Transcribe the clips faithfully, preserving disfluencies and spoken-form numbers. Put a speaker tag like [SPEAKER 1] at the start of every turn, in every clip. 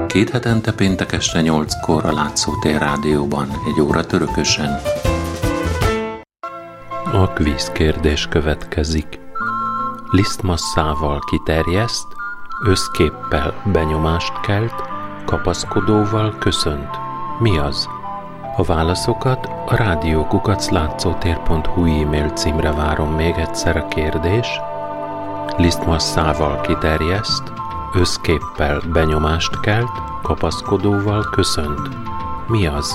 [SPEAKER 1] Két hetente péntek este nyolckor a Látszótér Rádióban, egy óra törökösen. A kvíz kérdés következik. Lisztmasszával kiterjeszt, összképpel benyomást kelt, kapaszkodóval köszönt. Mi az? A válaszokat a rádiókukac látszótér pont hu e-mail címre várom. Még egyszer a kérdés. Lisztmasszával kiterjeszt, összképpel benyomást kelt, kapaszkodóval köszönt. Mi az?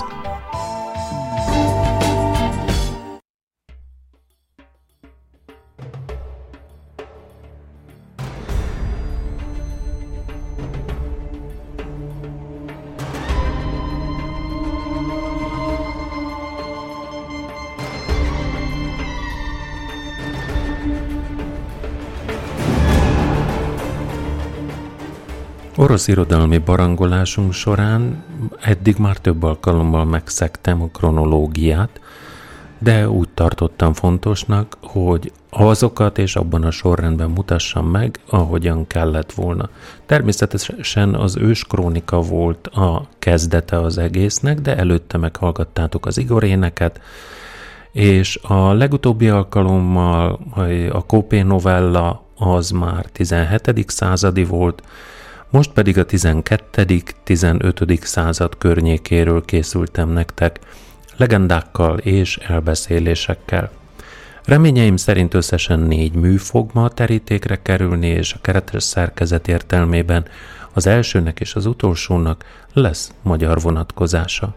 [SPEAKER 1] Orosz irodalmi barangolásunk során eddig már több alkalommal megszegtem a kronológiát, de úgy tartottam fontosnak, hogy azokat és abban a sorrendben mutassam meg, ahogyan kellett volna. Természetesen az őskrónika volt a kezdete az egésznek, de előtte meghallgattátok az igoréneket, és a legutóbbi alkalommal a Kópé novella az már tizenhetedik századi volt, most pedig a tizenkettedik tizenötödik század környékéről készültem nektek, legendákkal és elbeszélésekkel. Reményeim szerint összesen négy mű fog ma terítékre kerülni, és a keretes szerkezet értelmében az elsőnek és az utolsónak lesz magyar vonatkozása.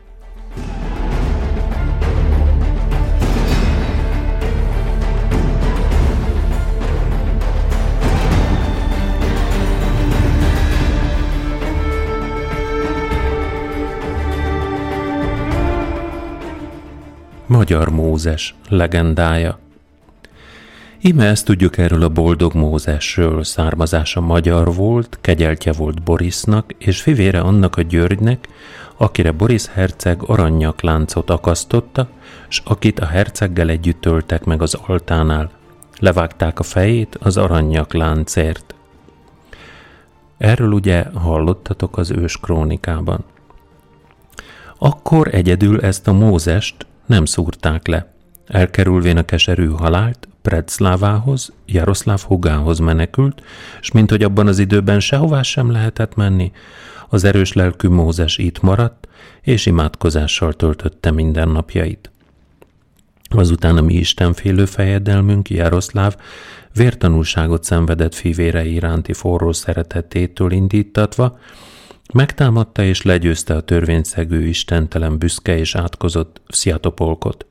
[SPEAKER 1] Magyar Mózes legendája. Íme ezt tudjuk erről a boldog Mózesről: származása magyar volt, kegyeltje volt Borisznak, és fivére annak a Györgynek, akire Borisz herceg aranynyakláncot akasztotta, s akit a herceggel együtt öltek meg az altánál. Levágták a fejét az aranynyakláncért. Erről ugye hallottatok az őskrónikában. Akkor egyedül ezt a Mózest nem szúrták le. Elkerülvén a keserű halált, Predszlávához, Jaroszláv húgához menekült, s minthogy abban az időben sehová sem lehetett menni, az erős lelkű Mózes itt maradt, és imádkozással töltötte mindennapjait. Azután a mi istenfélő fejedelmünk, Jaroszláv, vértanúságot szenvedett fivére iránti forró szeretetétől indítatva, megtámadta és legyőzte a törvényszegő, istentelen, büszke és átkozott Sziatopolkot.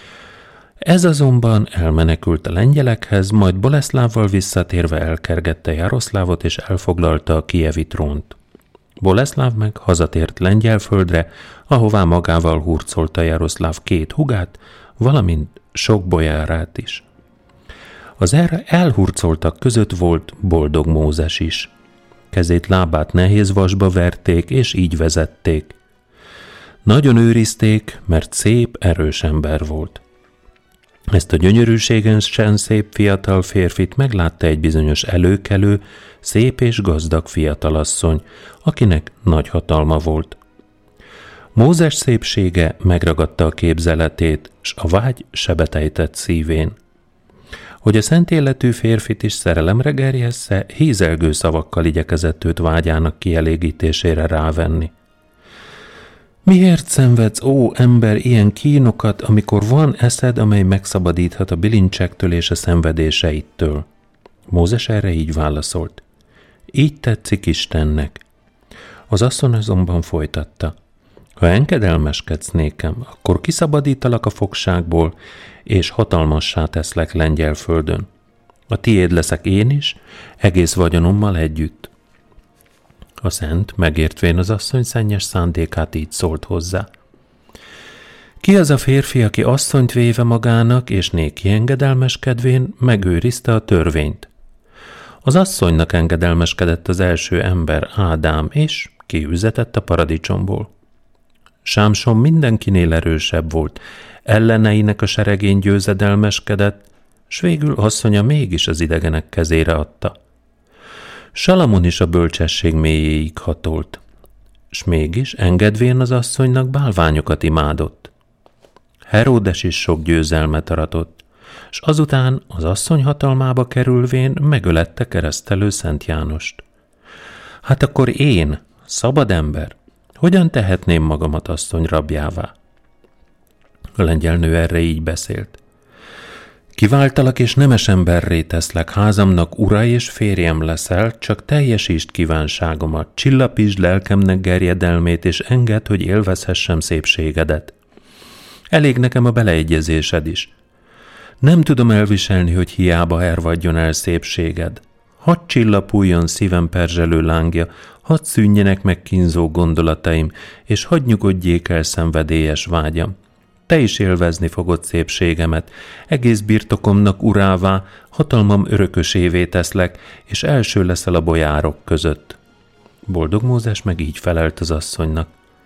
[SPEAKER 1] Ez azonban elmenekült a lengyelekhez, majd Boleszlávval visszatérve elkergette Jaroszlávot és elfoglalta a kijevi trónt. Boleszláv meg hazatért Lengyelföldre, ahová magával hurcolta Jaroszláv két hugát, valamint sok bojárát is. Az erre elhurcoltak között volt boldog Mózes is. Kezét, lábát nehéz vasba verték, és így vezették. Nagyon őrizték, mert szép, erős ember volt. Ezt a gyönyörűségesen szép fiatal férfit meglátta egy bizonyos előkelő, szép és gazdag fiatalasszony, akinek nagy hatalma volt. Mózes szépsége megragadta a képzeletét, s a vágy sebetejtett szívén. Hogy a szent életű férfit is szerelemre gerjessze, hízelgő szavakkal igyekezett őt vágyának kielégítésére rávenni. Miért szenvedsz, ó ember, ilyen kínokat, amikor van eszed, amely megszabadíthat a bilincsektől és a szenvedéseittől? Mózes erre így válaszolt. Így tetszik Istennek. Az asszony azonban folytatta. Ha engedelmeskedsz nékem, akkor kiszabadítalak a fogságból, és hatalmassá teszlek Lengyelföldön. A tiéd leszek én is, egész vagyonommal együtt. A szent, megértvén az asszony szennyes szándékát, így szólt hozzá. Ki az a férfi, aki asszonyt véve magának, és néki engedelmeskedvén megőrizte a törvényt? Az asszonynak engedelmeskedett az első ember, Ádám, és kiüzetett a paradicsomból. Sámson mindenkinél erősebb volt, elleneinek a seregén győzedelmeskedett, s végül asszonya mégis az idegenek kezére adta. Salamon is a bölcsesség mélyéig hatolt. s mégis engedvén az asszonynak bálványokat imádott. Heródes is sok győzelmet aratott, s azután az asszony hatalmába kerülvén megölette keresztelő Szent Jánost. Hát akkor én, szabad ember, hogyan tehetném magamat asszony rabjává? A lengyel nő erre így beszélt. Kiváltalak és nemes emberré teszlek, házamnak ura és férjem leszel, csak teljesítsd kívánságomat, csillapítsd lelkemnek gerjedelmét, és engedd, hogy élvezhessem szépségedet. Elég nekem a beleegyezésed is. Nem tudom elviselni, hogy hiába hervadjon el szépséged. Hadd csillapuljon szívem perzselő lángja, hadd szűnjenek meg kínzó gondolataim, és hadd nyugodjék el szenvedélyes vágyam. Te is élvezni fogod szépségemet, egész birtokomnak urává, hatalmam örökösévé teszlek, és első leszel a bojárok között. Boldog Mózes meg így felelt az asszonynak.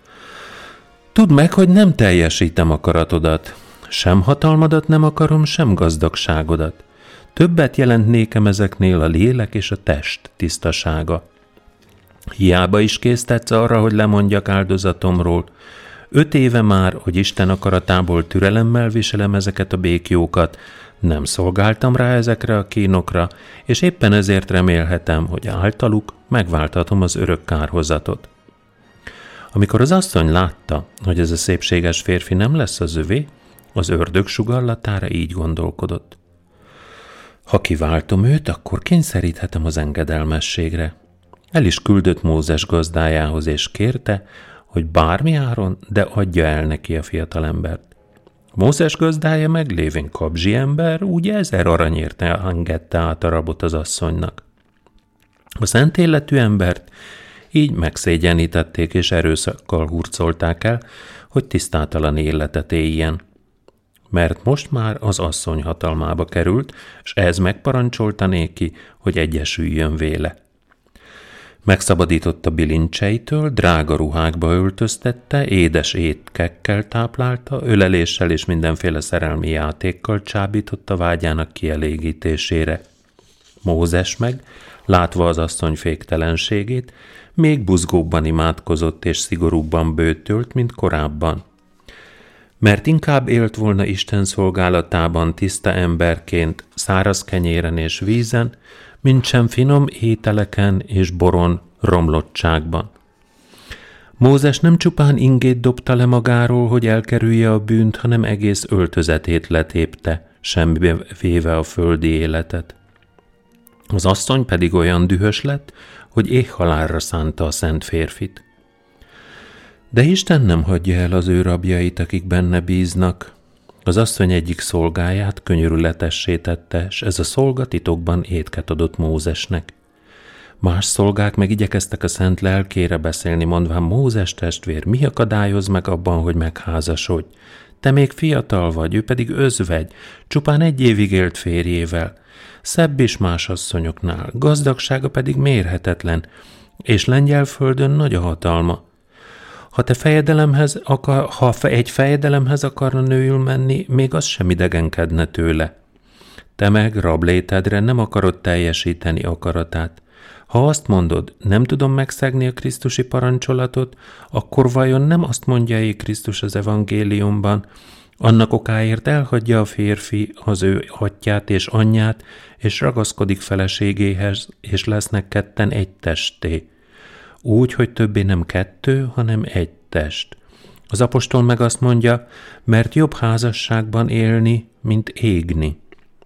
[SPEAKER 1] Tudd meg, hogy nem teljesítem akaratodat, sem hatalmadat nem akarom, sem gazdagságodat. Többet jelent nékem ezeknél a lélek és a test tisztasága. Hiába is késztetsz arra, hogy lemondjak áldozatomról. Öt éve már, hogy Isten akaratából türelemmel viselem ezeket a békjókat, nem szolgáltam rá ezekre a kínokra, és éppen ezért remélhetem, hogy általuk megválthatom az örök kárhozatot. Amikor az asszony látta, hogy ez a szépséges férfi nem lesz az övé, az ördög sugallatára így gondolkodott. Ha kiváltom őt, akkor kényszeríthetem az engedelmességre. El is küldött Mózes gazdájához, és kérte, hogy bármi áron, de adja el neki a fiatalembert. Mózes gazdája meg lévén kabzsi ember, úgy ezer aranyért engedte át a rabot az asszonynak. A szent életű embert így megszégyenítették és erőszakkal hurcolták el, hogy tisztátalan életet éljen. Mert most már az asszony hatalmába került, s ez megparancsolta néki, hogy egyesüljön véle. Megszabadította bilincseitől, drága ruhákba öltöztette, édes étkekkel táplálta, öleléssel és mindenféle szerelmi játékkal csábította vágyának kielégítésére. Mózes meg, látva az asszony féktelenségét, még buzgóbban imádkozott és szigorúbban bőtölt, mint korábban. Mert inkább élt volna Isten szolgálatában tiszta emberként, száraz kenyéren és vízen, mint sem finom ételeken és boron romlottságban. Mózes nem csupán ingét dobta le magáról, hogy elkerülje a bűnt, hanem egész öltözetét letépte, semmibe véve a földi életet. Az asszony pedig olyan dühös lett, hogy éhhalálra szánta a szent férfit. De Isten nem hagyja el az ő rabjait, akik benne bíznak. Az asszony egyik szolgáját könyörületessé tette, s ez a szolga titokban étket adott Mózesnek. Más szolgák meg igyekeztek a szent lelkére beszélni, mondván: Mózes testvér, mi akadályoz meg abban, hogy megházasodj? Te még fiatal vagy, ő pedig özvegy, csupán egy évig élt férjével. Szebb is más asszonyoknál, gazdagsága pedig mérhetetlen, és lengyel földön nagy a hatalma. Ha te fejedelemhez akar, ha egy fejedelemhez akarna nőül menni, még az sem idegenkedne tőle. Te meg rablétedre nem akarod teljesíteni akaratát. Ha azt mondod, nem tudom megszegni a krisztusi parancsolatot, akkor vajon nem azt mondja-e Krisztus az evangéliumban, annak okáért elhagyja a férfi az ő atyját és anyját, és ragaszkodik feleségéhez, és lesznek ketten egy testé. Úgy, hogy többé nem kettő, hanem egy test. Az apostol meg azt mondja, mert jobb házasságban élni, mint égni.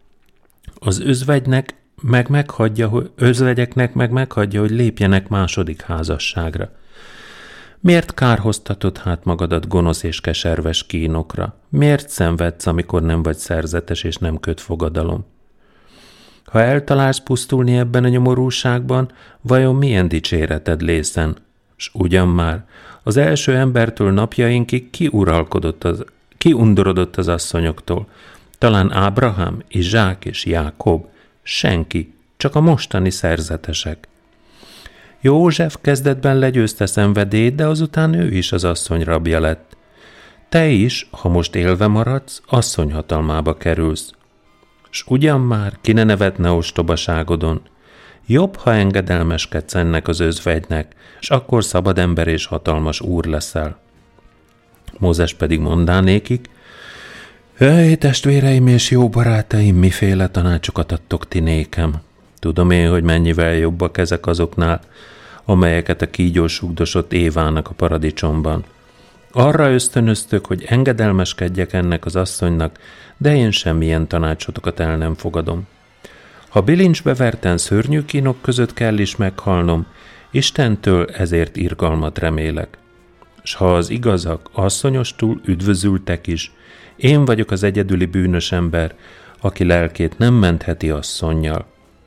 [SPEAKER 1] Az özvegynek meg meghagyja, hogy, özvegyeknek meg meghagyja, hogy lépjenek második házasságra. Miért kárhoztatod hát magadat gonosz és keserves kínokra? Miért szenvedsz, amikor nem vagy szerzetes és nem köt fogadalom? Ha eltalálsz pusztulni ebben a nyomorúságban, vajon milyen dicséreted lészen? S ugyan már, az első embertől napjainkig ki uralkodott az, ki undorodott az asszonyoktól? Talán Ábrahám, Izsák és Jákob? Senki, csak a mostani szerzetesek. József kezdetben legyőzte szenvedélyt, de azután ő is az asszony rabja lett. Te is, ha most élve maradsz, asszony hatalmába kerülsz. S ugyan már ki ne nevetne ostobaságodon. Jobb, ha engedelmeskedsz ennek az özvegynek, s akkor szabad ember és hatalmas úr leszel. Mózes pedig mondá nékik: Ej, testvéreim és jó barátaim, miféle tanácsokat adtok ti nékem? Tudom én, hogy mennyivel jobbak ezek azoknál, amelyeket a kígyó sugdosott Évának a paradicsomban. Arra ösztönöztök, hogy engedelmeskedjek ennek az asszonynak, de én semmilyen tanácsotokat el nem fogadom. Ha bilincsbe verten szörnyű kínok között kell is meghalnom, Istentől ezért irgalmat remélek. S ha az igazak asszonyostul üdvözültek is, én vagyok az egyedüli bűnös ember, aki lelkét nem mentheti asszonnyal.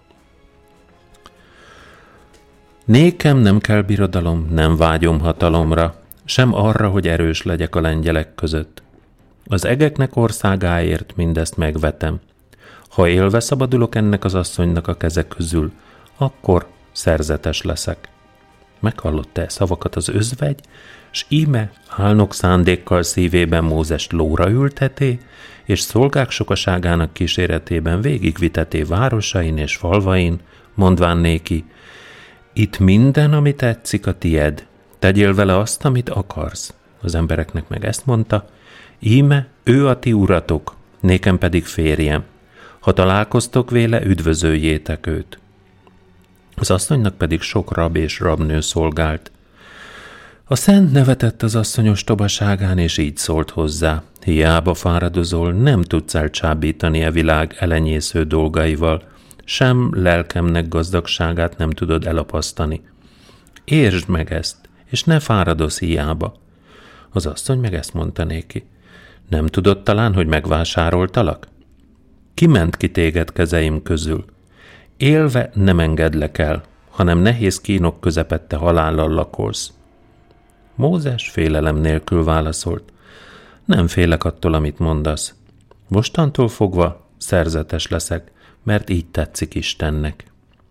[SPEAKER 1] Nékem nem kell birodalom, nem vágyom hatalomra, sem arra, hogy erős legyek a lengyelek között. Az egeknek országáért mindezt megvetem. Ha élve szabadulok ennek az asszonynak a keze közül, akkor szerzetes leszek. Meghallotta-e szavakat az özvegy, s íme álnok szándékkal szívében Mózest lóra ülteté, és szolgák sokaságának kíséretében végigviteté városain és falvain, mondván néki: itt minden, ami tetszik, a tied, tegyél vele azt, amit akarsz. Az embereknek meg ezt mondta: íme ő a ti uratok, nékem pedig férjem. Ha találkoztok véle, üdvözöljétek őt. Az asszonynak pedig sok rab és rabnő szolgált. A szent nevetett az asszony ostobaságán, és így szólt hozzá: hiába fáradozol, nem tudsz elcsábítani a világ elenyésző dolgaival, sem lelkemnek gazdagságát nem tudod elapasztani. Értsd meg ezt, és ne fáradoz hiába. Az asszony meg ezt mondta néki: nem tudod talán, hogy megvásároltalak? Ki ment ki téged kezeim közül? Élve nem engedlek el, hanem nehéz kínok közepette halállal lakolsz. Mózes félelem nélkül válaszolt: nem félek attól, amit mondasz. Mostantól fogva szerzetes leszek, mert így tetszik Istennek.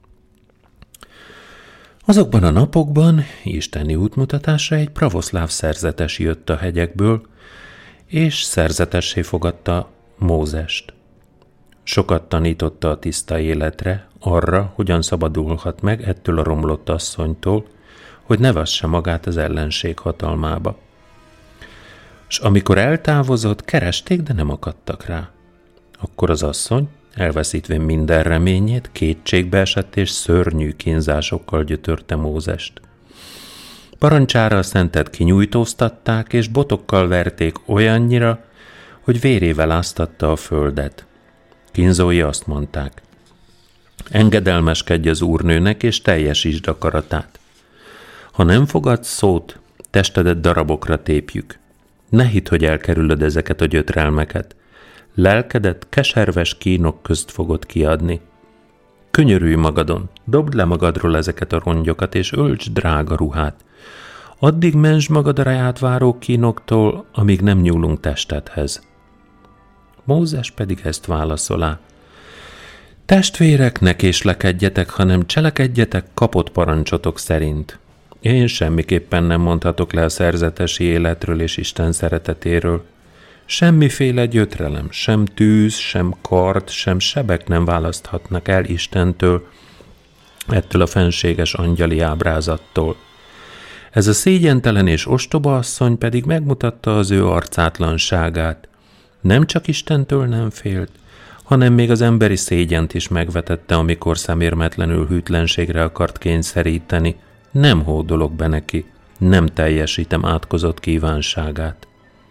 [SPEAKER 1] Azokban a napokban isteni útmutatásra egy pravoszláv szerzetes jött a hegyekből, és szerzetessé fogadta Mózest. Sokat tanította a tiszta életre, arra, hogyan szabadulhat meg ettől a romlott asszonytól, hogy ne vesse magát az ellenség hatalmába. S amikor eltávozott, keresték, de nem akadtak rá. Akkor az asszony, elveszítvén minden reményét, kétségbe esett és szörnyű kínzásokkal gyötörte Mózest. Parancsára a szentet kinyújtóztatták, és botokkal verték olyannyira, hogy vérével áztatta a földet. Kínzói azt mondták: engedelmeskedj az úrnőnek, és teljesítsd akaratát. Ha nem fogadsz szót, testedet darabokra tépjük. Ne hidd, hogy elkerülöd ezeket a gyötrelmeket. Lelkedet keserves kínok közt fogod kiadni. Könyörülj magadon, dobd le magadról ezeket a rongyokat, és öltsd drága ruhát. Addig mentsd magad a ráját váró kínoktól, amíg nem nyúlunk testedhez. Mózes pedig ezt válaszolá: testvérek, ne késlekedjetek, hanem cselekedjetek kapott parancsotok szerint. Én semmiképpen nem mondhatok le a szerzetesi életről és Isten szeretetéről. Semmiféle gyötrelem, sem tűz, sem kard, sem sebek nem választhatnak el Istentől, ettől a fenséges angyali ábrázattól. Ez a szégyentelen és ostoba asszony pedig megmutatta az ő arcátlanságát. Nem csak Istentől nem félt, hanem még az emberi szégyent is megvetette, amikor szemérmetlenül hűtlenségre akart kényszeríteni. Nem hódolok be neki, nem teljesítem átkozott kívánságát.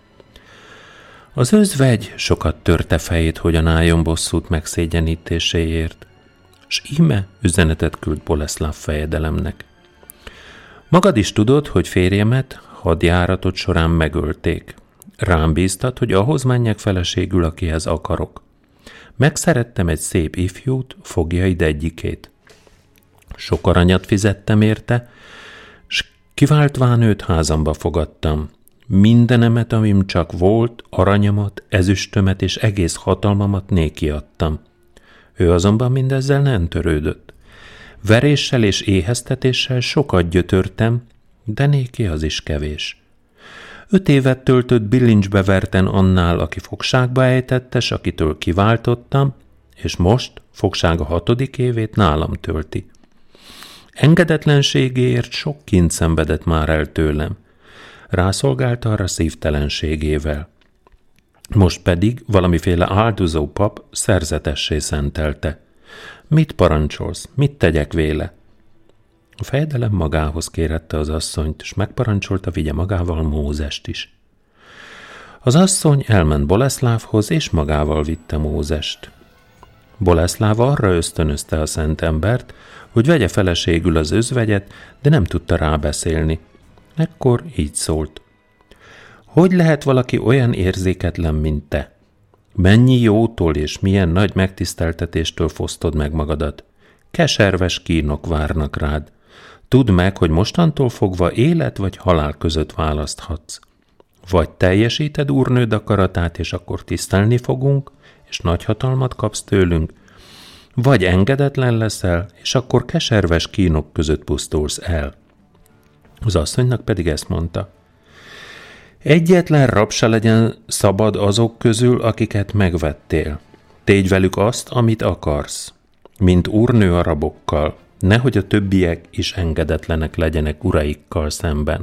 [SPEAKER 1] Az özvegy sokat törte fejét, hogyan álljon bosszút megszégyenítéséért, s íme üzenetet küld Boleszláv fejedelemnek. Magad is tudod, hogy férjemet hadjáratot során megölték. Rám bíztat, hogy ahhoz menjek feleségül, akihez akarok. Megszerettem egy szép ifjút, fogja ide egyikét. Sok aranyat fizettem érte, s kiváltván őt házamba fogadtam. Mindenemet, amim csak volt, aranyamat, ezüstömet és egész hatalmamat néki adtam. Ő azonban mindezzel nem törődött. Veréssel és éheztetéssel sokat gyötörtem, de néki az is kevés. Öt évet töltött bilincsbe verten annál, aki fogságba ejtette, s akitől kiváltottam, és most fogsága hatodik évét nálam tölti. Engedetlenségéért sok kint szenvedett már el tőlem. Rászolgálta arra szívtelenségével. Most pedig valamiféle áldozó pap szerzetessé szentelte. Mit parancsolsz? Mit tegyek véle? A fejedelem magához kérette az asszonyt, és megparancsolta, vigye magával Mózest is. Az asszony elment Boleszlávhoz, és magával vitte Mózest. Boleszláv arra ösztönözte a szent embert, hogy vegye feleségül az özvegyet, de nem tudta rábeszélni. Ekkor így szólt. Hogy lehet valaki olyan érzéketlen, mint te? Mennyi jótól és milyen nagy megtiszteltetéstől fosztod meg magadat? Keserves kínok várnak rád. Tudd meg, hogy mostantól fogva élet vagy halál között választhatsz. Vagy teljesíted úrnőd akaratát, és akkor tisztelni fogunk, és nagy hatalmat kapsz tőlünk, vagy engedetlen leszel, és akkor keserves kínok között pusztulsz el. Az asszonynak pedig ezt mondta. Egyetlen rab se legyen szabad azok közül, akiket megvettél. Tégy velük azt, amit akarsz, mint úrnő a rabokkal, nehogy a többiek is engedetlenek legyenek uraikkal szemben.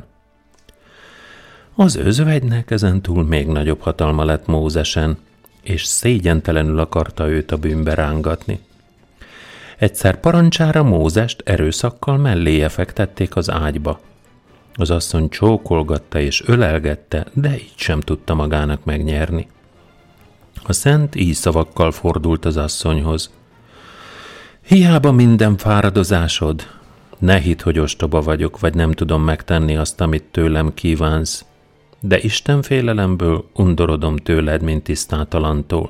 [SPEAKER 1] Az özvegynek ezentúl még nagyobb hatalma lett Mózesen, és szégyentelenül akarta őt a bűnbe rángatni. Egyszer parancsára Mózest erőszakkal melléje fektették az ágyba. Az asszony csókolgatta és ölelgette, de így sem tudta magának megnyerni. A szent így szavakkal fordult az asszonyhoz. Hiába minden fáradozásod, ne hidd, hogy ostoba vagyok, vagy nem tudom megtenni azt, amit tőlem kívánsz, de Isten félelemből undorodom tőled, mint tisztátalantól.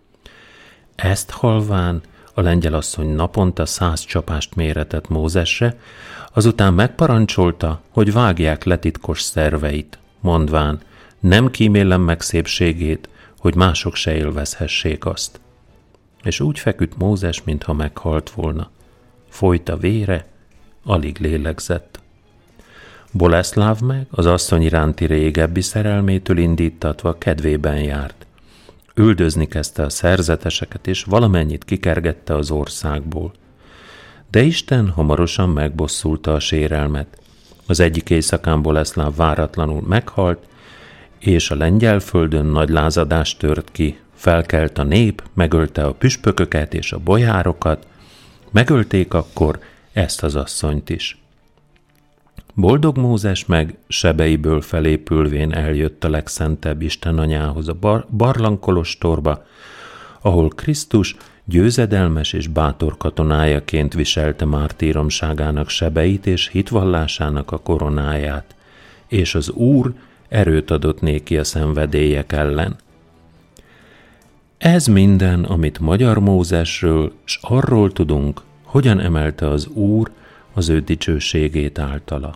[SPEAKER 1] Ezt halván a lengyelasszony naponta száz csapást méretett Mózesre, azután megparancsolta, hogy vágják le titkos szerveit, mondván, nem kímélem meg szépségét, hogy mások se élvezhessék azt. És úgy feküdt Mózes, mintha meghalt volna. Folyt a vére, alig lélegzett. Boleszláv meg az asszony iránti régebbi szerelmétől indítatva kedvében járt. Üldözni kezdte a szerzeteseket, és valamennyit kikergette az országból. De Isten hamarosan megbosszulta a sérelmet. Az egyik éjszakán Boleszláv váratlanul meghalt, és a lengyel földön nagy lázadás tört ki. Felkelt a nép, megölte a püspököket és a bojárokat, megölték akkor ezt az asszonyt is. Boldog Mózes meg sebeiből felépülvén eljött a legszentebb Isten anyához, a bar- barlangkolostorba, ahol Krisztus győzedelmes és bátor katonájaként viselte mártíromságának sebeit és hitvallásának a koronáját, és az Úr erőt adott néki a szenvedélyek ellen. Ez minden, amit magyar Mózesről, s arról tudunk, hogyan emelte az Úr az ő dicsőségét általa.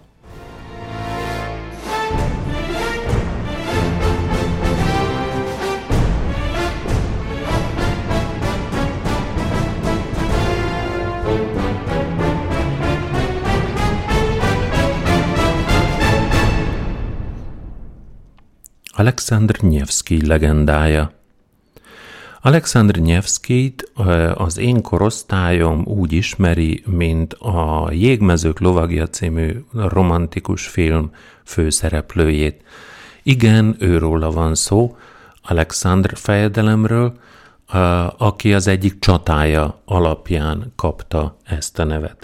[SPEAKER 1] Alekszandr Nyevszkij legendája. Alekszandr Nyevszkijt az én korosztályom úgy ismeri, mint a Jégmezők lovagja című romantikus film főszereplőjét. Igen, őróla van szó, Alekszandr fejedelemről, aki az egyik csatája alapján kapta ezt a nevet.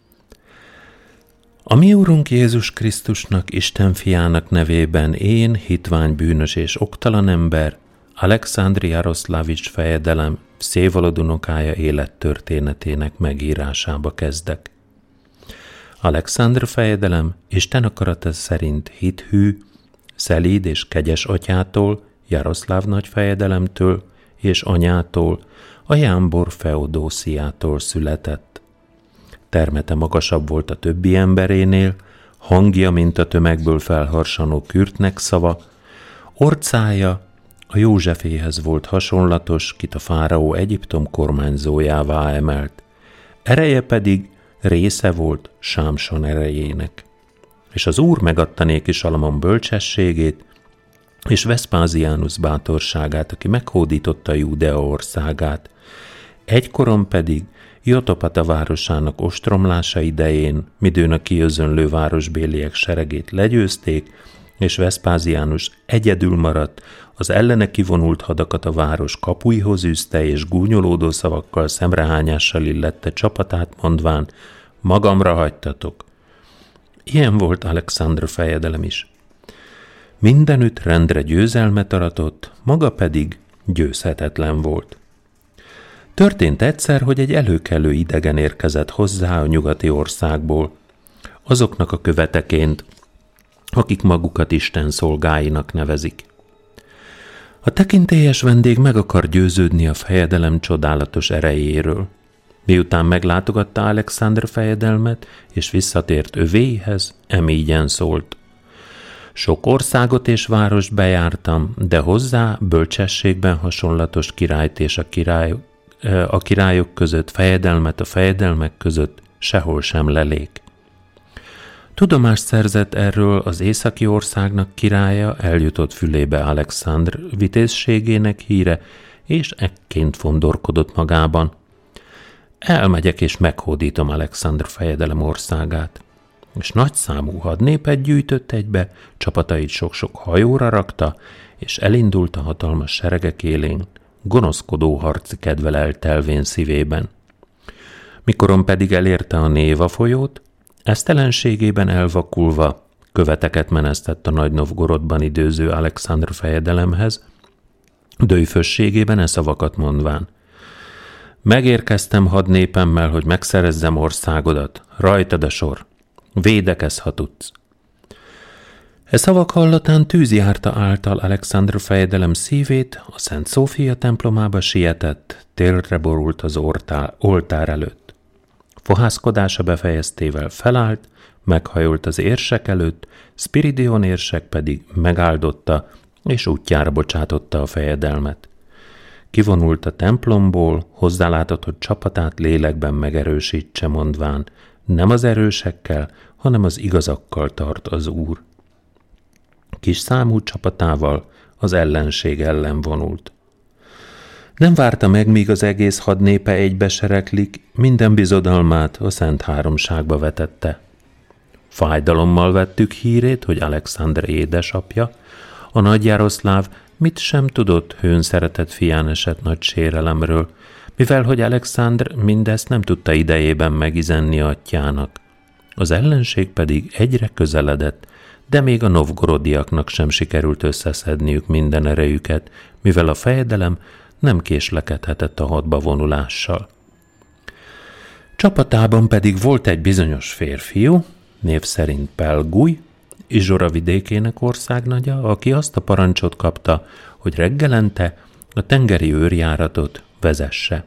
[SPEAKER 1] A mi Úrunk Jézus Krisztusnak, Isten fiának nevében én, hitvány, bűnös és oktalan ember, Alekszandr Jaroszlávics fejedelem Vszevolod unokája élettörténetének megírásába kezdek. Alekszandr fejedelem Isten akarata szerint hithű, szelíd és kegyes atyától, Jaroszláv nagy fejedelemtől és anyától, a Jámbor Feodósziától született. Termete magasabb volt a többi emberénél, hangja, mint a tömegből felharsanó kürtnek szava, orcája a Józseféhez volt hasonlatos, kit a fáraó Egyiptom kormányzójává emelt. Ereje pedig része volt Sámson erejének. És az Úr megadta néki Salamon bölcsességét, és Veszpáziánus bátorságát, aki meghódította Júdea országát. Egykoron pedig Jotapata városának ostromlása idején, midőn a kijözönlő városbéliek seregét legyőzték, és Veszpáziánus egyedül maradt, az ellene kivonult hadakat a város kapuihoz űzte, és gúnyolódó szavakkal szemrehányással illette csapatát, mondván, magamra hagytatok. Ilyen volt Alexandr fejedelem is. Mindenütt rendre győzelmet aratott, maga pedig győzhetetlen volt. Történt egyszer, hogy egy előkelő idegen érkezett hozzá a nyugati országból, azoknak a követeként, akik magukat Isten szolgáinak nevezik. A tekintélyes vendég meg akar győződni a fejedelem csodálatos erejéről. Miután meglátogatta Alexandr fejedelmet, és visszatért övéihez, emígyen szólt. Sok országot és várost bejártam, de hozzá bölcsességben hasonlatos királyt és a, király, a királyok között, fejedelmet a fejedelmek között sehol sem lelék. Tudomást szerzett erről az északi országnak királya, eljutott fülébe Alexandr vitézségének híre, és ekként fondorkodott magában. Elmegyek és meghódítom Alexandr fejedelem országát. És nagyszámú hadnépet gyűjtött egybe, csapatait sok-sok hajóra rakta, és elindult a hatalmas seregek élén, gonoszkodó harci kedvel eltelvén szívében. Mikoron pedig elérte a Néva folyót, esztelenségében elvakulva követeket menesztett a Nagy Novgorodban időző Alexandr fejedelemhez, dőjfösségében e szavakat mondván. Megérkeztem hadnépemmel, hogy megszerezzem országodat, rajtad a sor. Védekezz, ha tudsz. E szavak hallatán tűz járta által Alexandr fejedelem szívét, a Szent Szófia templomába sietett, térre borult az ortál, oltár előtt. Fohászkodása befejeztével felállt, meghajolt az érsek előtt, Spiridion érsek pedig megáldotta, és útjára bocsátotta a fejedelmet. Kivonult a templomból, hozzálátott, hogy csapatát lélekben megerősítse, mondván, nem az erősekkel, hanem az igazakkal tart az Úr. Kis számú csapatával az ellenség ellen vonult. Nem várta meg, míg az egész hadnépe egybe sereglik, minden bizodalmát a Szent Háromságba vetette. Fájdalommal vettük hírét, hogy Alexandr édesapja, a nagy Jaroszláv mit sem tudott hőn szeretett fián esett nagy sérelemről, mivel hogy Alexandr mindezt nem tudta idejében megizenni atyjának. Az ellenség pedig egyre közeledett, de még a novgorodiaknak sem sikerült összeszedniük minden erejüket, mivel a fejedelem nem késlekedhetett a hadba vonulással. Csapatában pedig volt egy bizonyos férfiú, név szerint Pelguj, Izsora vidékének országnagya, aki azt a parancsot kapta, hogy reggelente a tengeri őrjáratot vezesse.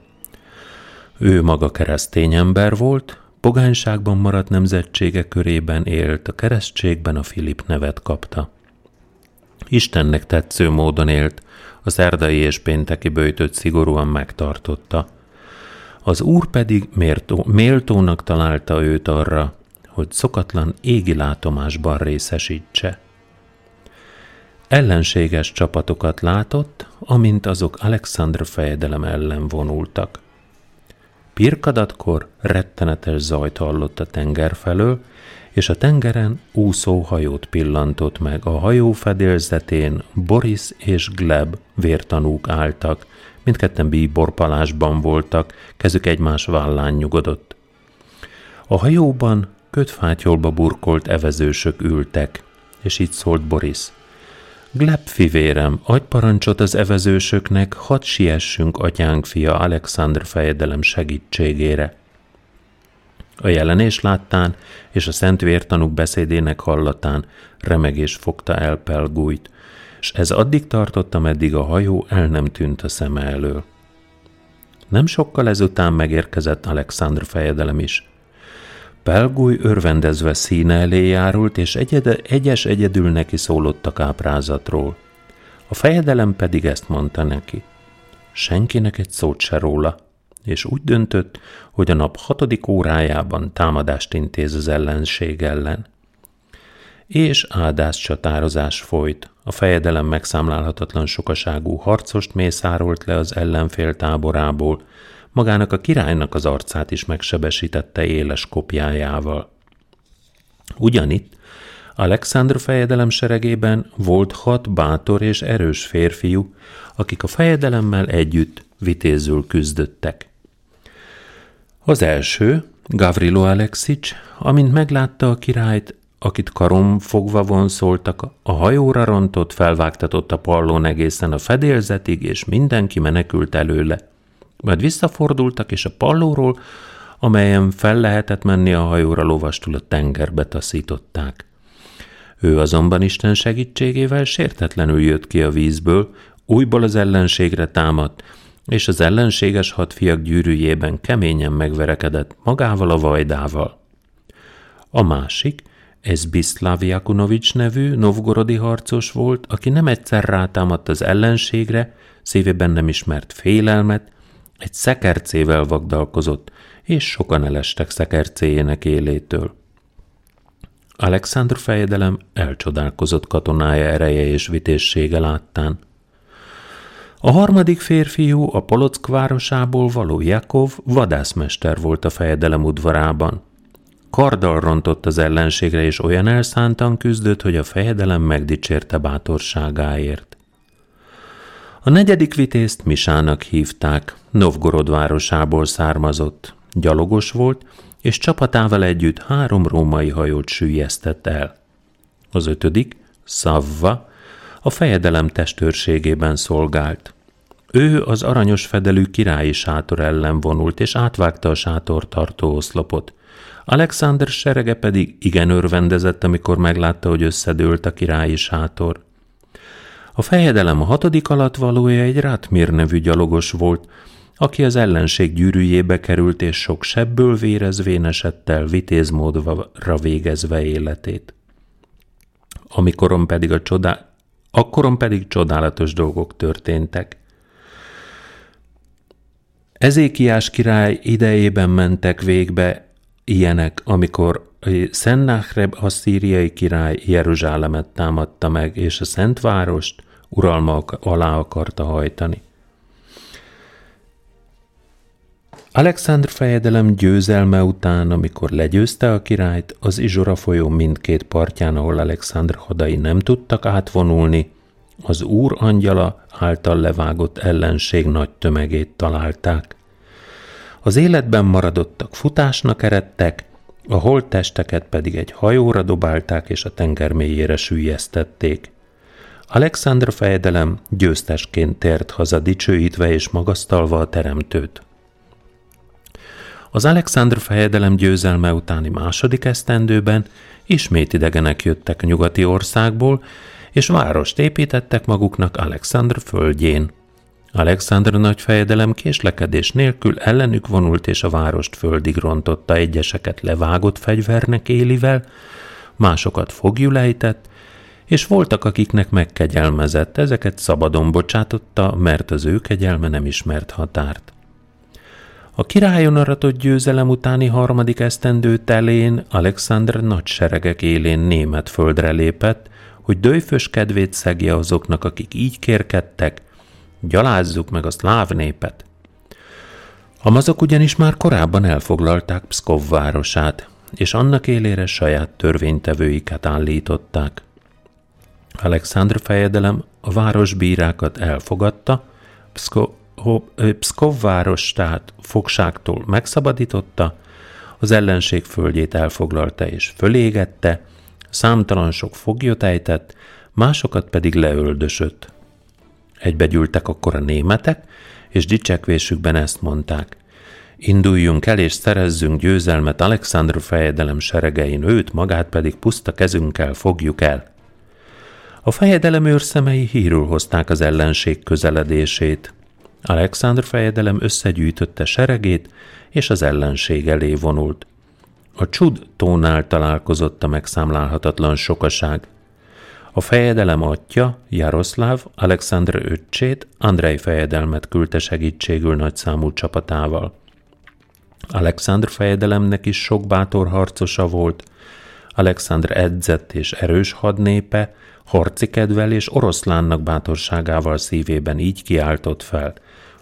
[SPEAKER 1] Ő maga keresztény ember volt, pogányságban maradt nemzetsége körében élt, a keresztségben a Filip nevet kapta. Istennek tetsző módon élt, a szerdai és pénteki böjtöt szigorúan megtartotta. Az Úr pedig méltó, méltónak találta őt arra, hogy szokatlan égi látomásban részesítse. Ellenséges csapatokat látott, amint azok Alexandr fejedelem ellen vonultak. Pirkadatkor rettenetes zajt hallott a tenger felől, és a tengeren úszó hajót pillantott meg. A hajó fedélzetén Boris és Gleb vértanúk álltak, mindketten bíborpalásban voltak, kezük egymás vállán nyugodott. A hajóban kötfátyolba burkolt evezősök ültek, és így szólt Boris. Gleb fivérem, adj parancsot az evezősöknek, hadd siessünk atyánk fia Alexandr fejedelem segítségére. A jelenés láttán és a szent vértanúk beszédének hallatán remegés fogta el Pelgujt, s ez addig tartott, ameddig a hajó el nem tűnt a szeme elől. Nem sokkal ezután megérkezett Alexandr fejedelem is. Pelguj örvendezve színe elé járult, és egyed, egyes egyedül neki szólott a káprázatról. A fejedelem pedig ezt mondta neki. Senkinek egy szót se róla, és úgy döntött, hogy a nap hatodik órájában támadást intéz az ellenség ellen. És áldás csatározás folyt. A fejedelem megszámlálhatatlan sokaságú harcost mészárolt le az ellenfél táborából, magának a királynak az arcát is megsebesítette éles kopjájával. Ugyanitt Alexandr fejedelem seregében volt hat bátor és erős férfiú, akik a fejedelemmel együtt vitézül küzdöttek. Az első, Gavrilo Aleksics, amint meglátta a királyt, akit karon fogva vonszoltak, a hajóra rontott, felvágtatott a pallón egészen a fedélzetig, és mindenki menekült előle. Majd visszafordultak, és a pallóról, amelyen fel lehetett menni a hajóra, lovastul a tengerbe taszították. Ő azonban Isten segítségével sértetlenül jött ki a vízből, újból az ellenségre támadt, és az ellenséges hadfiak gyűrűjében keményen megverekedett magával a vajdával. A másik, ez Biszláv Jakunovics nevű novgorodi harcos volt, aki nem egyszer rátámadt az ellenségre, szívében nem ismert félelmet, egy szekercével vagdalkozott, és sokan elestek szekercéjének élétől. Alexandr fejedelem elcsodálkozott katonája ereje és vitézsége láttán. A harmadik férfiú, a Polock városából való Jakov vadászmester volt a fejedelem udvarában. Karddal rontott az ellenségre, és olyan elszántan küzdött, hogy a fejedelem megdicsérte bátorságáért. A negyedik vitézt Misának hívták, Novgorod városából származott, gyalogos volt, és csapatával együtt három római hajót süllyesztett el. Az ötödik, Szavva, a fejedelem testőrségében szolgált. Ő az aranyos fedelű királyi sátor ellen vonult, és átvágta a sátortartó oszlopot. Alexander serege pedig igen örvendezett, amikor meglátta, hogy összedőlt a királyi sátor. A fejedelem a hatodik alatvalója egy Ratmir nevű gyalogos volt, aki az ellenség gyűrűjébe került, és sok sebből vérezvén esett el, vitézmódra végezve életét. Amikoron pedig a csodá... Akkoron pedig csodálatos dolgok történtek. Ezékiás király idejében mentek végbe ilyenek, amikor Szennácherib asszíriai király Jeruzsálemet támadta meg, és a Szentvárost uralma alá akarta hajtani. Alexandr fejedelem győzelme után, amikor legyőzte a királyt, az Izsora folyó mindkét partján, ahol Alexandr hadai nem tudtak átvonulni, az Úr angyala által levágott ellenség nagy tömegét találták. Az életben maradottak futásnak eredtek, a holttesteket pedig egy hajóra dobálták, és a tenger mélyére süllyesztették. Alexandr fejedelem győztesként tért haza, dicsőítve és magasztalva a teremtőt. Az Alexandr fejedelem győzelme utáni második esztendőben ismét idegenek jöttek a nyugati országból, és várost építettek maguknak Alexandr földjén. Alexandr nagy fejedelem késlekedés nélkül ellenük vonult, és a várost földig rontotta, egyeseket levágott fegyvernek élivel, másokat foglyul ejtett, és voltak, akiknek megkegyelmezett, ezeket szabadon bocsátotta, mert az ő kegyelme nem ismert határt. A királyon aratott győzelem utáni harmadik esztendő telén Alexandr nagy seregek élén német földre lépett, hogy döjfös kedvét szegje azoknak, akik így kérkedtek, gyalázzuk meg a szláv népet. A mazok ugyanis már korábban elfoglalták Pszkov városát, és annak élére saját törvénytevőiket állították. Alexandr fejedelem a városbírákat elfogadta, Pszkov Pszkov város tehát fogságtól megszabadította, az ellenség földjét elfoglalta és fölégette, számtalan sok foglyot ejtett, másokat pedig leöldösött. Egybegyűltek akkor a németek, és dicsekvésükben ezt mondták: induljunk el és szerezzünk győzelmet Alexandr fejedelem seregein, őt magát pedig puszta kezünkkel fogjuk el. A fejedelem őrszemei hírül hozták az ellenség közeledését. Alexandr fejedelem összegyűjtötte seregét, és az ellenség elé vonult. A Csud tónál találkozott a megszámlálhatatlan sokaság. A fejedelem atya, Jaroszláv, Alexandr öccsét, Andrej fejedelmet küldte segítségül nagyszámú csapatával. Alexandr fejedelemnek is sok bátor harcosa volt. Alexandr edzett és erős hadnépe, harci kedvel és oroszlánnak bátorságával szívében így kiáltott fel: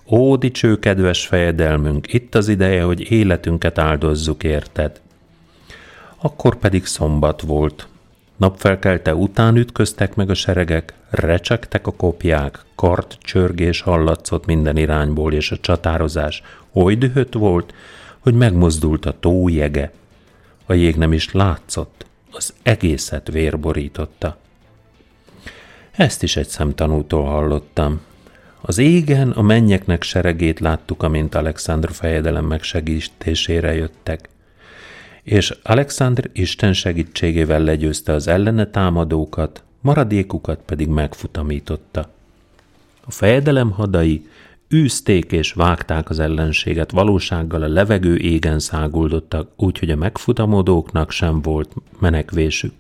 [SPEAKER 1] Ó, dicső kedves fejedelmünk, itt az ideje, hogy életünket áldozzuk érted. Akkor pedig szombat volt. Napfelkelte után ütköztek meg a seregek, recsegtek a kopják, kard csörgés hallatszott minden irányból, és a csatározás oly dühött volt, hogy megmozdult a tó jege. A jég nem is látszott, az egészet vér borította. Ezt is egy szemtanútól hallottam. Az égen a mennyeknek seregét láttuk, amint Alexandr fejedelem megsegítésére jöttek, és Alexandr Isten segítségével legyőzte az ellene támadókat, maradékukat pedig megfutamította. A fejedelem hadai űzték és vágták az ellenséget, valósággal a levegő égen száguldottak, úgyhogy a megfutamodóknak sem volt menekvésük.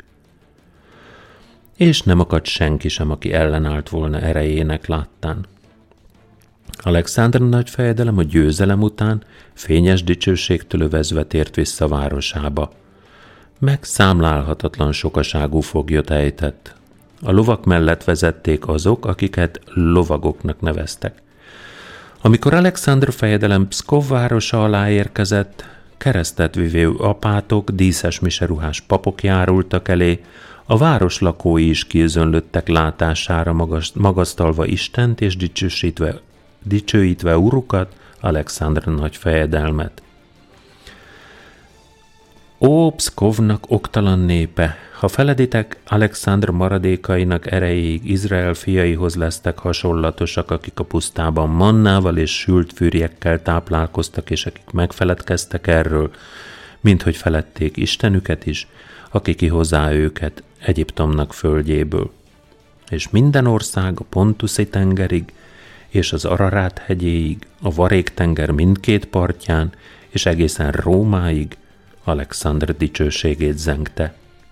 [SPEAKER 1] És nem akadt senki sem, aki ellenállt volna erejének láttán. Alexandr nagyfejedelem a győzelem után fényes dicsőségtől övezve tért vissza városába. Megszámlálhatatlan sokaságú foglyot ejtett. A lovak mellett vezették azok, akiket lovagoknak neveztek. Amikor Alexandr fejedelem Pszkov városa alá érkezett, keresztet vivő apátok, díszes miseruhás papok járultak elé, a város lakói is kiözönlöttek látására magas, magasztalva Istent és dicsősítve, dicsőítve urukat, Alexandr nagy fejedelmet. Ó, Pszkovnak oktalan népe, ha feleditek, Alexandr maradékainak erejéig Izrael fiaihoz lesztek hasonlatosak, akik a pusztában mannával és sült fűrjekkel táplálkoztak, és akik megfeledkeztek erről, minthogy feledték Istenüket is, aki kihozá őket Egyiptomnak földjéből. És minden ország a Pontuszi tengerig, és az Ararát hegyéig, a Varék tenger mindkét partján, és egészen Rómáig Alexandr dicsőségét zengte.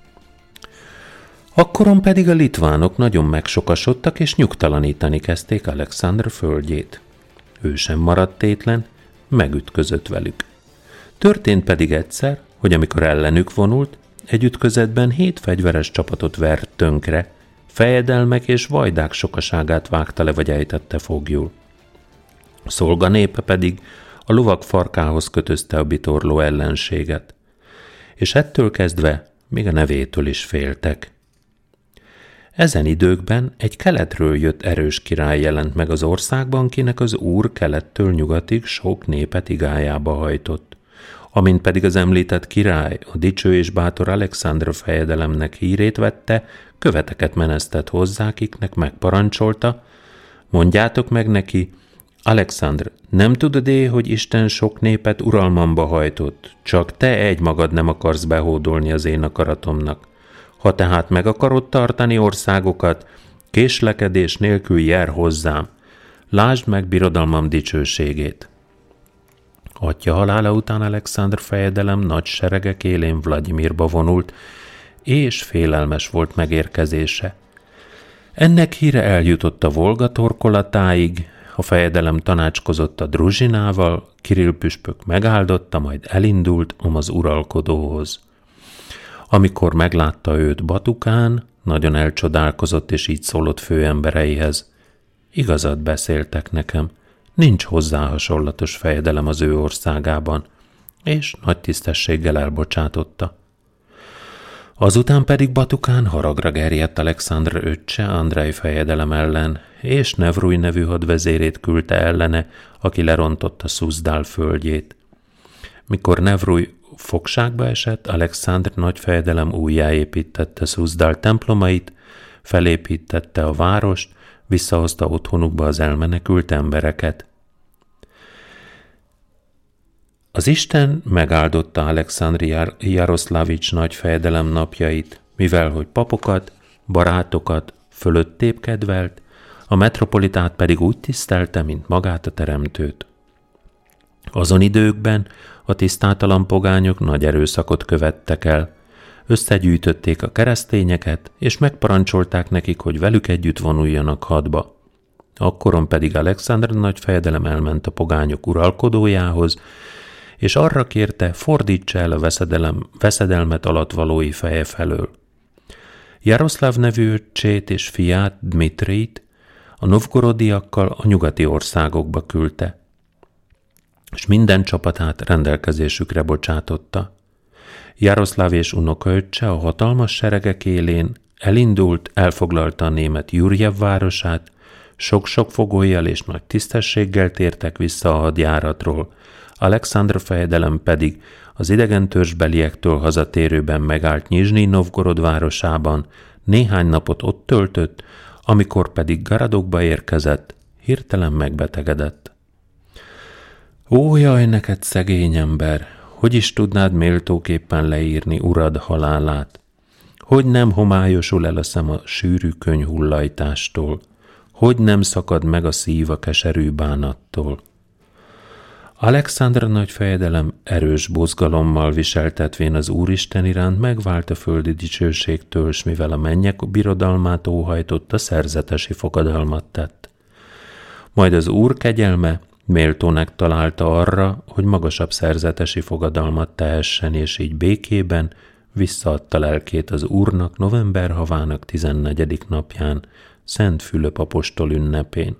[SPEAKER 1] Akkoron pedig a litvánok nagyon megsokasodtak, és nyugtalanítani kezdték Alexandr földjét. Ő sem maradt tétlen, megütközött velük. Történt pedig egyszer, hogy amikor ellenük vonult, egy ütközetben hét fegyveres csapatot vert tönkre, fejedelmek és vajdák sokaságát vágta le vagy ejtette foglyul. A szolga népe pedig a lovak farkához kötözte a bitorló ellenséget, és ettől kezdve még a nevétől is féltek. Ezen időkben egy keletről jött erős király jelent meg az országban, kinek az úr kelettől nyugatig sok népet igájába hajtott. Amint pedig az említett király a dicső és bátor Alexandr fejedelemnek hírét vette, követeket menesztett hozzá, akiknek megparancsolta: mondjátok meg neki, Alexandr, nem tudod-e, hogy Isten sok népet uralmamba hajtott, csak te egy magad nem akarsz behódolni az én akaratomnak. Ha tehát meg akarod tartani országokat, késlekedés nélkül jár hozzám. Lásd meg birodalmam dicsőségét. Atya halála után Alexandr fejedelem nagy seregek élén Vlagyimirba vonult, és félelmes volt megérkezése. Ennek híre eljutott a Volga torkolatáig, a fejedelem tanácskozott a Druzsinával, Kirill püspök megáldotta, majd elindult az uralkodóhoz. Amikor meglátta őt Batukán, nagyon elcsodálkozott, és így szólott főembereihez: igazat beszéltek nekem, nincs hozzá hasonlatos fejedelem az ő országában, és nagy tisztességgel elbocsátotta. Azután pedig Batukán haragra gerjedt Alexandr öccse Andrej fejedelem ellen, és Nevruj nevű hadvezérét küldte ellene, aki lerontotta Szuzdál földjét. Mikor Nevruj fogságba esett, Alexandr nagy fejedelem újjáépítette Szuzdál templomait, felépítette a várost, visszahozta otthonukba az elmenekült embereket. Az Isten megáldotta Alexandr Jar- Jaroszlávics nagy fejedelem napjait, mivel hogy papokat, barátokat fölöttébb kedvelt, a metropolitát pedig úgy tisztelte, mint magát a teremtőt. Azon időkben a tisztátalan pogányok nagy erőszakot követtek el, összegyűjtötték a keresztényeket, és megparancsolták nekik, hogy velük együtt vonuljanak hadba. Akkoron pedig Alexandr nagy fejedelem elment a pogányok uralkodójához, és arra kérte, fordítsa el a veszedelem, veszedelmet alattvalói feje felől. Jaroszláv nevű öccsét és fiát, Dmitrit, a novgorodiakkal a nyugati országokba küldte, és minden csapatát rendelkezésükre bocsátotta. Jaroszláv és unokaöccse a hatalmas seregek élén elindult, elfoglalta a német Jurjev városát, sok-sok fogollyal és nagy tisztességgel tértek vissza a hadjáratról, Alekszandr fejedelem pedig az idegen törzsbeliektől hazatérőben megállt Nyizsnyij Novgorod városában, néhány napot ott töltött, amikor pedig Garadokba érkezett, hirtelen megbetegedett. Ó, jaj, neked szegény ember, hogy is tudnád méltóképpen leírni urad halálát? Hogy nem homályosul el a szem a sűrű könyhullajtástól? Hogy nem szakad meg a szív a keserű bánattól? Alekszandr nagyfejedelem erős bozgalommal viseltetvén az Úristen iránt megvált a földi dicsőségtől, s mivel a mennyek birodalmát óhajtotta, szerzetesi fogadalmat tett. Majd az Úr kegyelme méltónak találta arra, hogy magasabb szerzetesi fogadalmat tehessen, és így békében visszaadta lelkét az Úrnak november havának tizennegyedik napján, Szent Fülöp apostol ünnepén.